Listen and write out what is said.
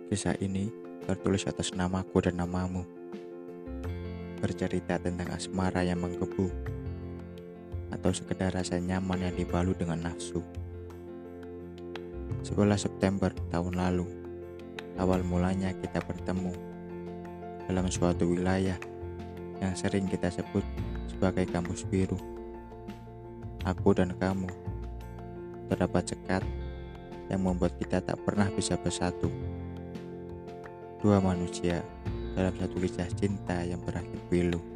Kisah ini tertulis atas namaku dan namamu, bercerita tentang asmara yang menggebu, atau sekedar rasa nyaman yang dibalut dengan nafsu. 11 September tahun lalu, awal mulanya kita bertemu dalam suatu wilayah yang sering kita sebut sebagai kampus biru. Aku dan kamu, terdapat sekat yang membuat kita tak pernah bisa bersatu. Dua manusia dalam satu kisah cinta yang berakhir pilu.